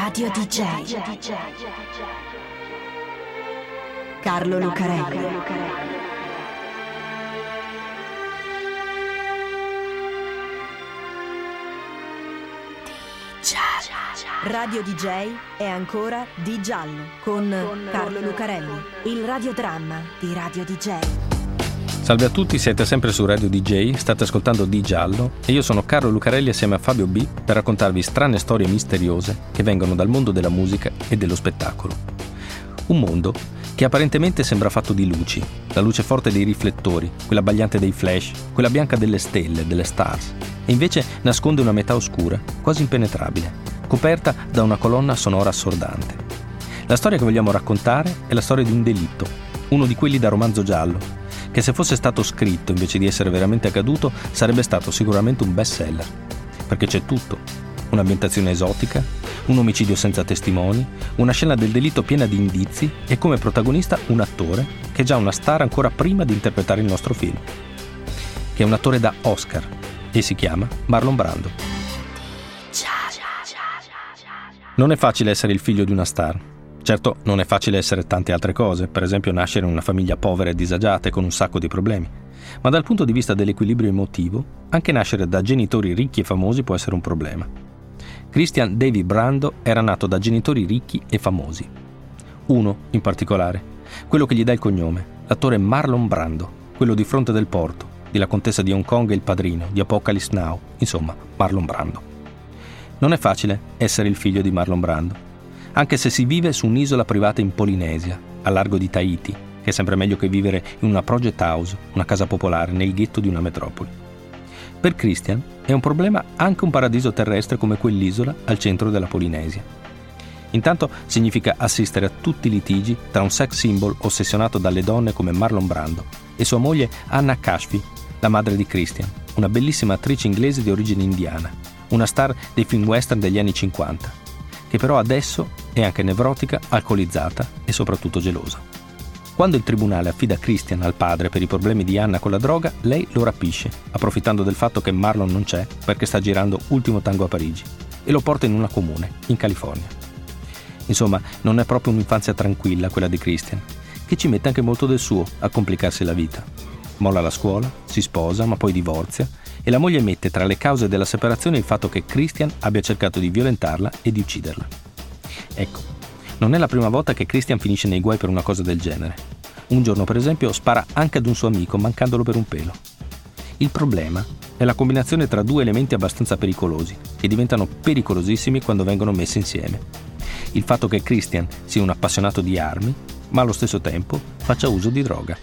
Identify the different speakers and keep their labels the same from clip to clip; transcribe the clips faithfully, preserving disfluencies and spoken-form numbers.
Speaker 1: Radio D J Carlo Lucarelli. Radio D J è ancora Di Giallo con Carlo Lucarelli, il radiodramma di Radio D J.
Speaker 2: Salve a tutti, siete sempre su Radio D J, state ascoltando Di Giallo e io sono Carlo Lucarelli assieme a Fabio B per raccontarvi strane storie misteriose che vengono dal mondo della musica e dello spettacolo. Un mondo che apparentemente sembra fatto di luci, la luce forte dei riflettori, quella abbagliante dei flash, quella bianca delle stelle, delle stars, e invece nasconde una metà oscura, quasi impenetrabile, coperta da una colonna sonora assordante. La storia che vogliamo raccontare è la storia di un delitto, uno di quelli da romanzo giallo, che se fosse stato scritto invece di essere veramente accaduto sarebbe stato sicuramente un bestseller, perché c'è tutto: un'ambientazione esotica, un omicidio senza testimoni, una scena del delitto piena di indizi e come protagonista un attore che è già una star ancora prima di interpretare il nostro film, che è un attore da Oscar e si chiama Marlon Brando. Non è facile essere il figlio di una star. Certo, non è facile essere tante altre cose, per esempio nascere in una famiglia povera e disagiata e con un sacco di problemi. Ma dal punto di vista dell'equilibrio emotivo, anche nascere da genitori ricchi e famosi può essere un problema. Christian David Brando era nato da genitori ricchi e famosi. Uno, in particolare, quello che gli dà il cognome, l'attore Marlon Brando, quello di Fronte del Porto, di La Contessa di Hong Kong e Il Padrino, di Apocalypse Now, insomma, Marlon Brando. Non è facile essere il figlio di Marlon Brando, anche se si vive su un'isola privata in Polinesia, a largo di Tahiti, che è sempre meglio che vivere in una project house, una casa popolare nel ghetto di una metropoli. Per Christian è un problema anche un paradiso terrestre come quell'isola al centro della Polinesia. Intanto significa assistere a tutti i litigi tra un sex symbol ossessionato dalle donne come Marlon Brando e sua moglie Anna Kashfi, la madre di Christian, una bellissima attrice inglese di origine indiana, una star dei film western degli anni cinquanta, che però adesso è anche nevrotica, alcolizzata e soprattutto gelosa. Quando il tribunale affida Christian al padre per i problemi di Anna con la droga, lei lo rapisce, approfittando del fatto che Marlon non c'è perché sta girando Ultimo Tango a Parigi, e lo porta in una comune, in California. Insomma, non è proprio un'infanzia tranquilla quella di Christian, che ci mette anche molto del suo a complicarsi la vita. Molla la scuola, si sposa, ma poi divorzia, e la moglie mette tra le cause della separazione il fatto che Christian abbia cercato di violentarla e di ucciderla. Ecco, non è la prima volta che Christian finisce nei guai per una cosa del genere. Un giorno, per esempio, spara anche ad un suo amico, mancandolo per un pelo. Il problema è la combinazione tra due elementi abbastanza pericolosi, che diventano pericolosissimi quando vengono messi insieme. Il fatto che Christian sia un appassionato di armi, ma allo stesso tempo faccia uso di droga.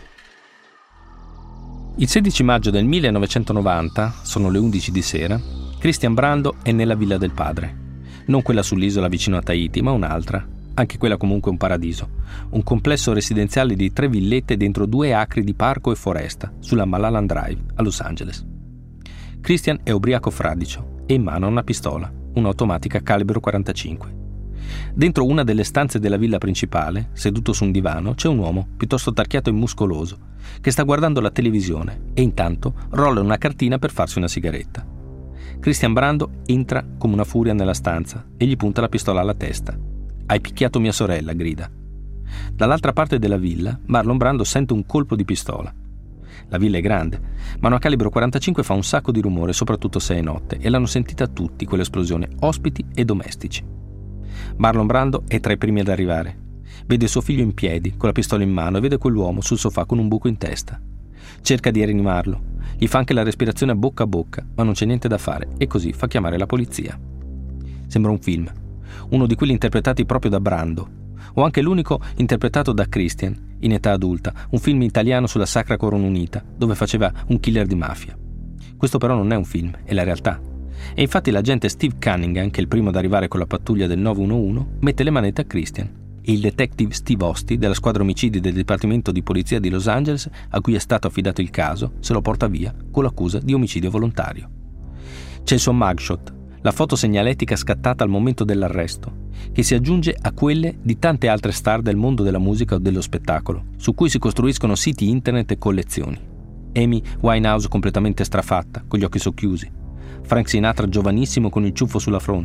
Speaker 2: Il sedici maggio del millenovecentonovanta, sono le undici di sera, Christian Brando è nella villa del padre. Non quella sull'isola vicino a Tahiti, ma un'altra, anche quella comunque un paradiso. Un complesso residenziale di tre villette dentro due acri di parco e foresta, sulla Mulholland Drive, a Los Angeles. Christian è ubriaco fradicio e in mano una pistola, un'automatica calibro quarantacinque. Dentro una delle stanze della villa principale, seduto su un divano, c'è un uomo piuttosto tarchiato e muscoloso che sta guardando la televisione e intanto rolla una cartina per farsi una sigaretta. Christian Brando entra come una furia nella stanza e gli punta la pistola alla testa. «Hai picchiato mia sorella», grida. Dall'altra parte della villa, Marlon Brando sente un colpo di pistola. La villa è grande, ma una calibro quarantacinque fa un sacco di rumore, soprattutto se è notte, e l'hanno sentita tutti quell'esplosione, ospiti e domestici. Marlon Brando è tra i primi ad arrivare. Vede suo figlio in piedi, con la pistola in mano, e vede quell'uomo sul sofà con un buco in testa. Cerca di rianimarlo, gli fa anche la respirazione a bocca a bocca, ma non c'è niente da fare, e così fa chiamare la polizia. Sembra un film, uno di quelli interpretati proprio da Brando, o anche l'unico interpretato da Christian, in età adulta, un film italiano sulla Sacra Corona Unita, dove faceva un killer di mafia. Questo però non è un film, è la realtà. E infatti l'agente Steve Cunningham, che è il primo ad arrivare con la pattuglia del nove uno uno, mette le manette a Christian, e il detective Steve Osti della squadra omicidi del Dipartimento di Polizia di Los Angeles, a cui è stato affidato il caso, se lo porta via con l'accusa di omicidio volontario. C'è il suo mugshot, la foto segnaletica scattata al momento dell'arresto, che si aggiunge a quelle di tante altre star del mondo della musica o dello spettacolo, su cui si costruiscono siti internet e collezioni. Amy Winehouse completamente strafatta, con gli occhi socchiusi. Frank Sinatra giovanissimo con il ciuffo sulla fronte.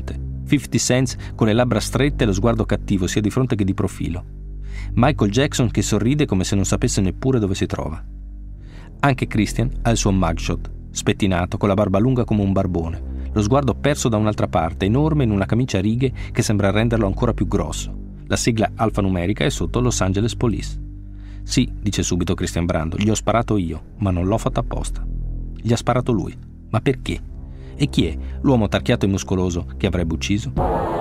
Speaker 2: fifty Cent con le labbra strette e lo sguardo cattivo sia di fronte che di profilo. Michael Jackson che sorride come se non sapesse neppure dove si trova. Anche Christian ha il suo mugshot, spettinato, con la barba lunga come un barbone, lo sguardo perso da un'altra parte, enorme in una camicia a righe che sembra renderlo ancora più grosso. La sigla alfanumerica è sotto Los Angeles Police. Sì, dice subito Christian Brando, gli ho sparato io, ma non l'ho fatto apposta. Gli ha sparato lui. Ma perché? E chi è l'uomo tarchiato e muscoloso che avrebbe ucciso?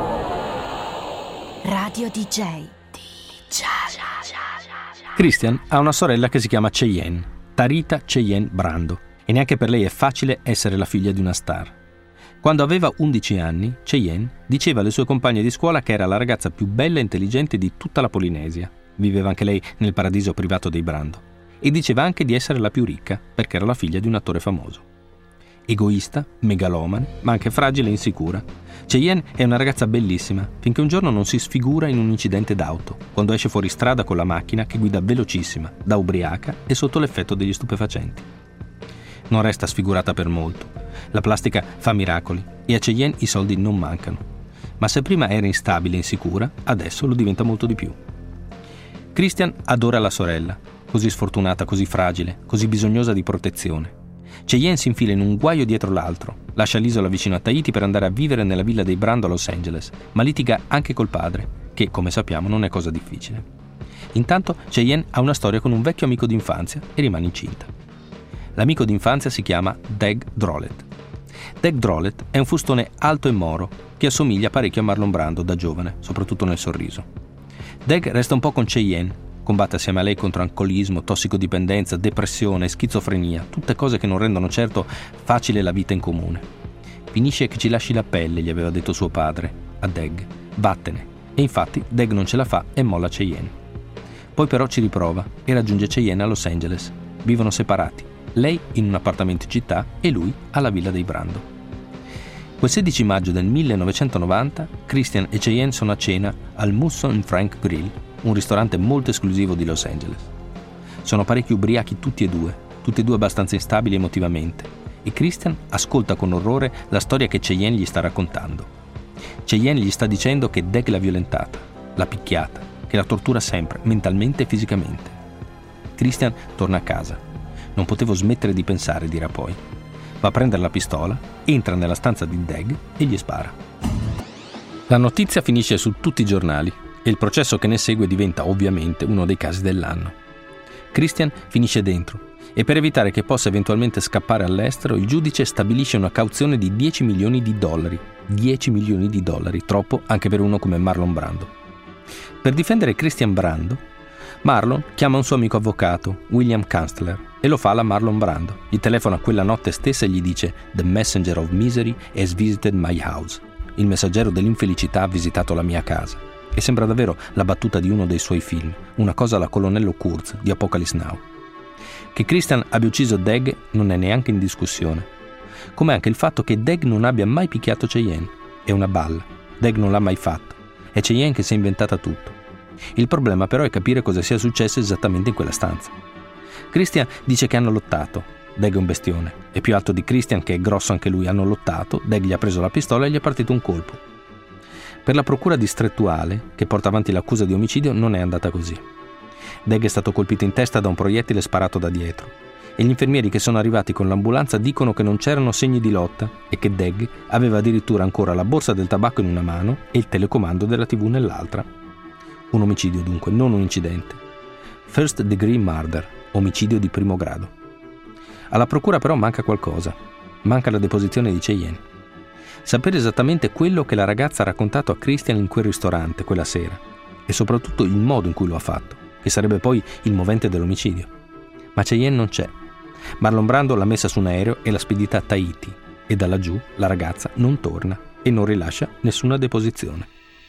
Speaker 1: Radio D J. D J.
Speaker 2: Christian ha una sorella che si chiama Cheyenne, Tarita Cheyenne Brando, e neanche per lei è facile essere la figlia di una star. Quando aveva undici anni, Cheyenne diceva alle sue compagne di scuola che era la ragazza più bella e intelligente di tutta la Polinesia. Viveva anche lei nel paradiso privato dei Brando. E diceva anche di essere la più ricca, perché era la figlia di un attore famoso. Egoista, megalomane, ma anche fragile e insicura, Cheyenne è una ragazza bellissima, finché un giorno non si sfigura in un incidente d'auto, quando esce fuori strada con la macchina che guida velocissima, da ubriaca e sotto l'effetto degli stupefacenti. Non resta sfigurata per molto. La plastica fa miracoli e a Cheyenne i soldi non mancano. Ma se prima era instabile e insicura, adesso lo diventa molto di più. Christian adora la sorella, così sfortunata, così fragile, così bisognosa di protezione. Cheyenne si infila in un guaio dietro l'altro, lascia l'isola vicino a Tahiti per andare a vivere nella villa dei Brando a Los Angeles, ma litiga anche col padre, che, come sappiamo, non è cosa difficile. Intanto Cheyenne ha una storia con un vecchio amico d'infanzia e rimane incinta. L'amico d'infanzia si chiama Deg Drolet. Deg Drolet è un fustone alto e moro che assomiglia parecchio a Marlon Brando da giovane, soprattutto nel sorriso. Deg resta un po' con Cheyenne, combatte assieme a lei contro alcolismo, tossicodipendenza, depressione, schizofrenia, tutte cose che non rendono certo facile la vita in comune. Finisce che ci lasci la pelle, gli aveva detto suo padre, a Deg. Vattene. E infatti Deg non ce la fa e molla Cheyenne. Poi però ci riprova e raggiunge Cheyenne a Los Angeles. Vivono separati, lei in un appartamento in città e lui alla villa dei Brando. Quel sedici maggio del millenovecentonovanta, Christian e Cheyenne sono a cena al Musson and Frank Grill, un ristorante molto esclusivo di Los Angeles. Sono parecchio ubriachi tutti e due, tutti e due abbastanza instabili emotivamente, e Christian ascolta con orrore la storia che Cheyenne gli sta raccontando. Cheyenne gli sta dicendo che Deg l'ha violentata, l'ha picchiata, che la tortura sempre, mentalmente e fisicamente. Christian torna a casa. Non potevo smettere di pensare, dirà poi. Va a prendere la pistola, entra nella stanza di Deg e gli spara. La notizia finisce su tutti i giornali e il processo che ne segue diventa ovviamente uno dei casi dell'anno. Christian finisce dentro e per evitare che possa eventualmente scappare all'estero il giudice stabilisce una cauzione di dieci milioni di dollari. dieci milioni di dollari, troppo anche per uno come Marlon Brando. Per difendere Christian Brando, Marlon chiama un suo amico avvocato, William Kanstler, e lo fa alla Marlon Brando. Gli telefona quella notte stessa e gli dice «The messenger of misery has visited my house». Il messaggero dell'infelicità ha visitato la mia casa. E sembra davvero la battuta di uno dei suoi film, una cosa alla colonnello Kurtz di Apocalypse Now. Che Christian abbia ucciso Deg non è neanche in discussione, come anche il fatto che Deg non abbia mai picchiato Cheyenne. È una balla, Deg non l'ha mai fatto, è Cheyenne che si è inventata tutto. Il problema però è capire cosa sia successo esattamente in quella stanza. Christian dice che hanno lottato, Deg è un bestione, è più alto di Christian che è grosso anche lui, hanno lottato, Deg gli ha preso la pistola e gli è partito un colpo. Per la procura distrettuale, che porta avanti l'accusa di omicidio, non è andata così. Deg è stato colpito in testa da un proiettile sparato da dietro e gli infermieri che sono arrivati con l'ambulanza dicono che non c'erano segni di lotta e che Deg aveva addirittura ancora la borsa del tabacco in una mano e il telecomando della tivù nell'altra. Un omicidio dunque, non un incidente. First degree murder, omicidio di primo grado. Alla procura però manca qualcosa. Manca la deposizione di Cheyenne. Sapere esattamente quello che la ragazza ha raccontato a Christian in quel ristorante quella sera e soprattutto il modo in cui lo ha fatto, che sarebbe poi il movente dell'omicidio. Ma Cheyenne non c'è. Marlon Brando l'ha messa su un aereo e l'ha spedita a Tahiti e da laggiù la ragazza non torna e non rilascia nessuna deposizione.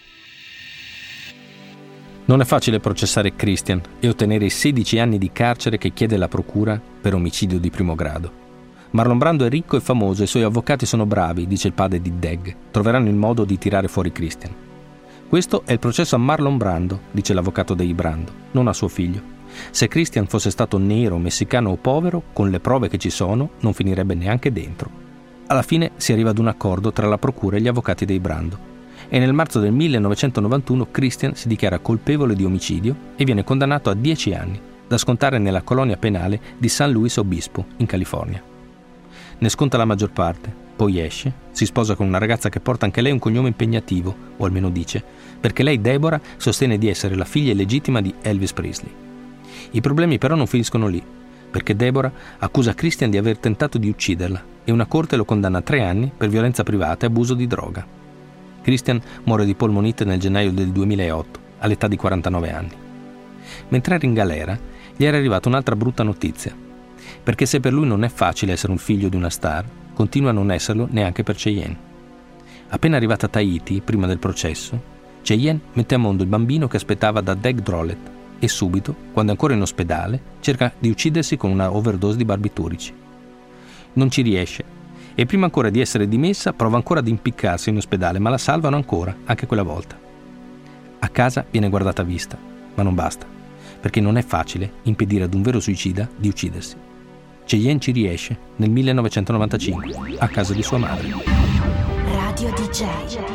Speaker 2: Non è facile processare Christian e ottenere i sedici anni di carcere che chiede la procura per omicidio di primo grado. Marlon Brando è ricco e famoso e i suoi avvocati sono bravi, dice il padre di Deg. Troveranno il modo di tirare fuori Christian. Questo è il processo a Marlon Brando, dice l'avvocato dei Brando, non a suo figlio. Se Christian fosse stato nero, messicano o povero, con le prove che ci sono, non finirebbe neanche dentro. Alla fine si arriva ad un accordo tra la procura e gli avvocati dei Brando. e nel marzo del millenovecentonovantuno Christian si dichiara colpevole di omicidio e viene condannato a dieci anni, da scontare nella colonia penale di San Luis Obispo, in California. Ne sconta la maggior parte, poi esce, si sposa con una ragazza che porta anche lei un cognome impegnativo, o almeno dice, perché lei, Deborah, sostiene di essere la figlia illegittima di Elvis Presley. I problemi però non finiscono lì, perché Deborah accusa Christian di aver tentato di ucciderla e una corte lo condanna a tre anni per violenza privata e abuso di droga. Christian muore di polmonite nel gennaio del duemilaotto, all'età di quarantanove anni. Mentre era in galera, gli era arrivata un'altra brutta notizia, perché se per lui non è facile essere un figlio di una star, continua a non esserlo neanche per Cheyenne. Appena arrivata a Tahiti, prima del processo, Cheyenne mette a mondo il bambino che aspettava da Deg Drolet e subito, quando è ancora in ospedale, cerca di uccidersi con una overdose di barbiturici. Non ci riesce e prima ancora di essere dimessa prova ancora ad impiccarsi in ospedale, ma la salvano ancora, anche quella volta. A casa viene guardata a vista, ma non basta, perché non è facile impedire ad un vero suicida di uccidersi. Cheyenne ci riesce nel millenovecentonovantacinque, a casa di sua madre.
Speaker 1: Radio D J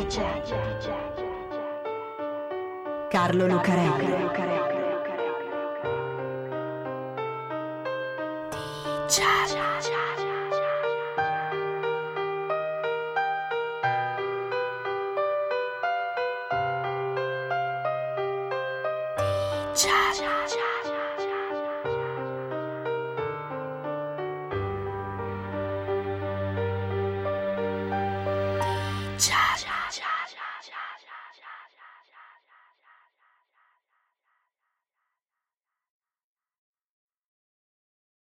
Speaker 1: Carlo Lucarelli. Ciao.